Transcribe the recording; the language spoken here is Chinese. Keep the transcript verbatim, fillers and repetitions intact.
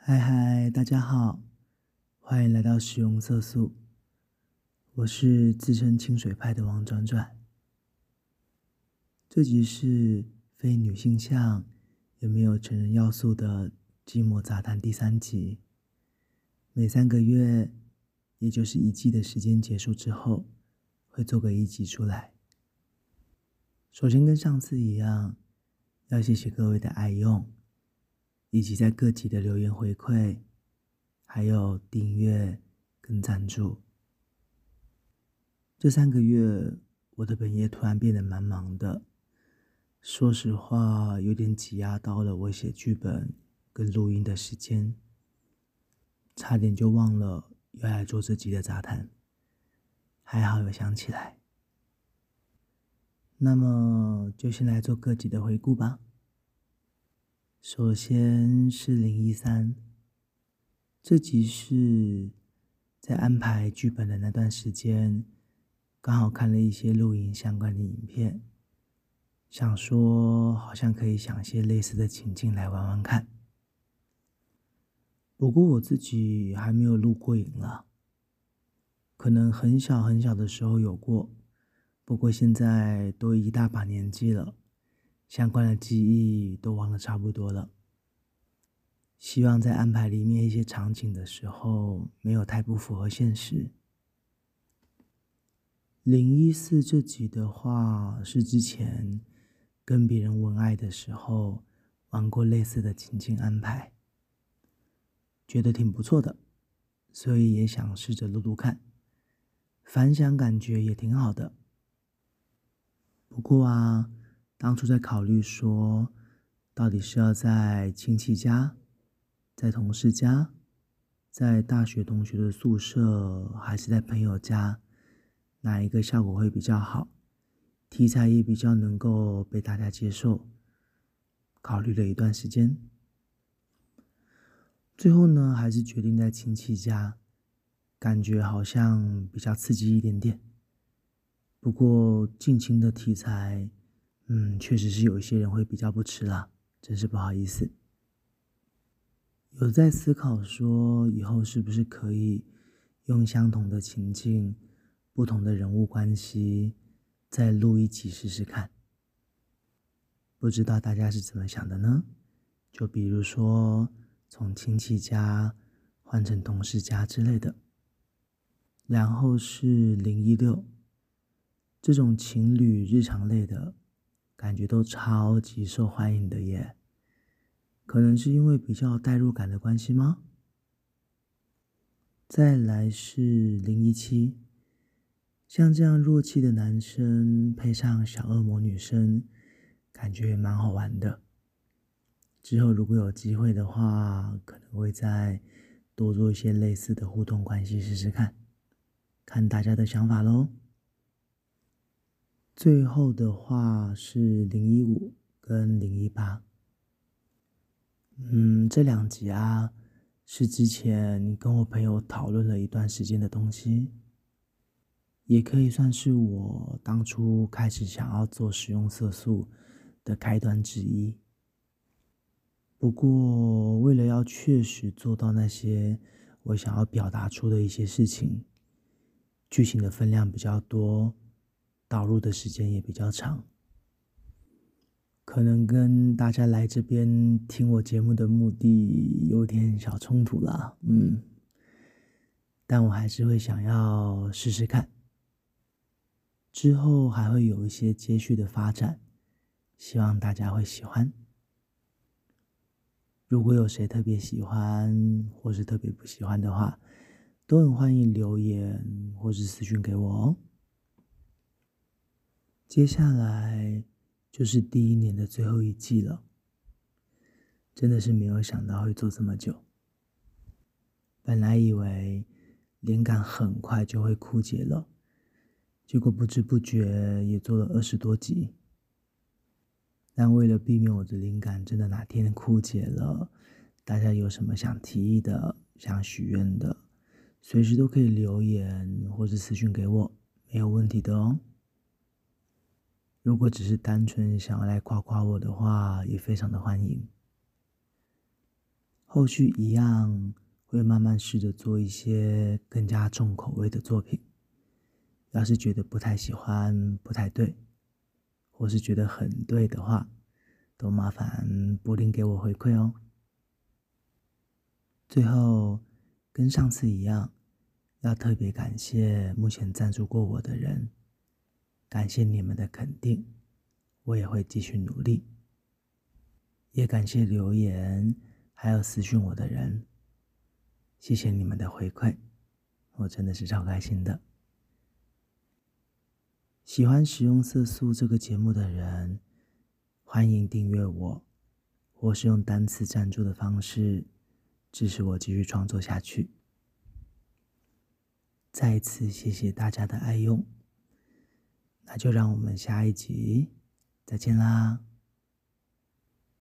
嗨嗨，大家好，欢迎来到使用色素。我是自称清水派的王转转。这集是非女性向，也没有成人要素的寂寞杂谈第三集。每三个月，也就是一季的时间结束之后，会做个一集出来。首先跟上次一样，要谢谢各位的爱用，以及在各集的留言回馈，还有订阅跟赞助。这三个月，我的本业突然变得蛮忙的，说实话，有点挤压到了我写剧本跟录音的时间，差点就忘了要来做这集的杂谈，还好有想起来。那么就先来做各集的回顾吧。首先是零一三，这集是在安排剧本的那段时间，刚好看了一些录影相关的影片，想说好像可以想些类似的情境来玩玩看。不过我自己还没有录过影了，可能很小很小的时候有过，不过现在都一大把年纪了，相关的记忆都忘得差不多了。希望在安排里面一些场景的时候，没有太不符合现实。零一四这集的话，是之前跟别人文爱的时候，玩过类似的情境安排，觉得挺不错的，所以也想试着录录看，反响感觉也挺好的。不过啊，当初在考虑说，到底是要在亲戚家，在同事家，在大学同学的宿舍，还是在朋友家，哪一个效果会比较好，题材也比较能够被大家接受，考虑了一段时间，最后呢，还是决定在亲戚家，感觉好像比较刺激一点点。不过近亲的题材，嗯，确实是有一些人会比较不吃啦，真是不好意思。有在思考说，以后是不是可以用相同的情境、不同的人物关系，再录一集试试看。不知道大家是怎么想的呢？就比如说，从亲戚家换成同事家之类的。然后是零一六，这种情侣日常类的，感觉都超级受欢迎的耶。可能是因为比较代入感的关系吗？再来是零一七，像这样弱气的男生配上小恶魔女生，感觉也蛮好玩的。之后如果有机会的话，可能会再多做一些类似的互动关系试试看，看大家的想法咯。最后的话是零一五跟零一八。嗯，这两集啊，是之前跟我朋友讨论了一段时间的东西，也可以算是我当初开始想要做食用色素的开端之一。不过，为了要确实做到那些我想要表达出的一些事情，剧情的分量比较多，导入的时间也比较长。可能跟大家来这边听我节目的目的有点小冲突啦，嗯，但我还是会想要试试看，之后还会有一些接续的发展，希望大家会喜欢。如果有谁特别喜欢或是特别不喜欢的话，都很欢迎留言或是私讯给我哦。接下来就是第一年的最后一季了，真的是没有想到会做这么久。本来以为灵感很快就会枯竭了，结果不知不觉也做了二十多集。但为了避免我的灵感真的哪天枯竭了，大家有什么想提议的、想许愿的，随时都可以留言或是私讯给我，没有问题的哦。如果只是单纯想要来夸夸我的话，也非常的欢迎。 后续一样会慢慢试着做一些更加重口味的作品。要是觉得不太喜欢、不太对，或是觉得很对的话，都麻烦柏林给我回馈哦。最后，跟上次一样，要特别感谢目前赞助过我的人，感谢你们的肯定，我也会继续努力。也感谢留言还有私讯我的人，谢谢你们的回馈，我真的是超开心的。喜欢使用色素这个节目的人，欢迎订阅我，或是用单次赞助的方式支持我继续创作下去。再一次谢谢大家的爱用，那就让我们下一集再见啦。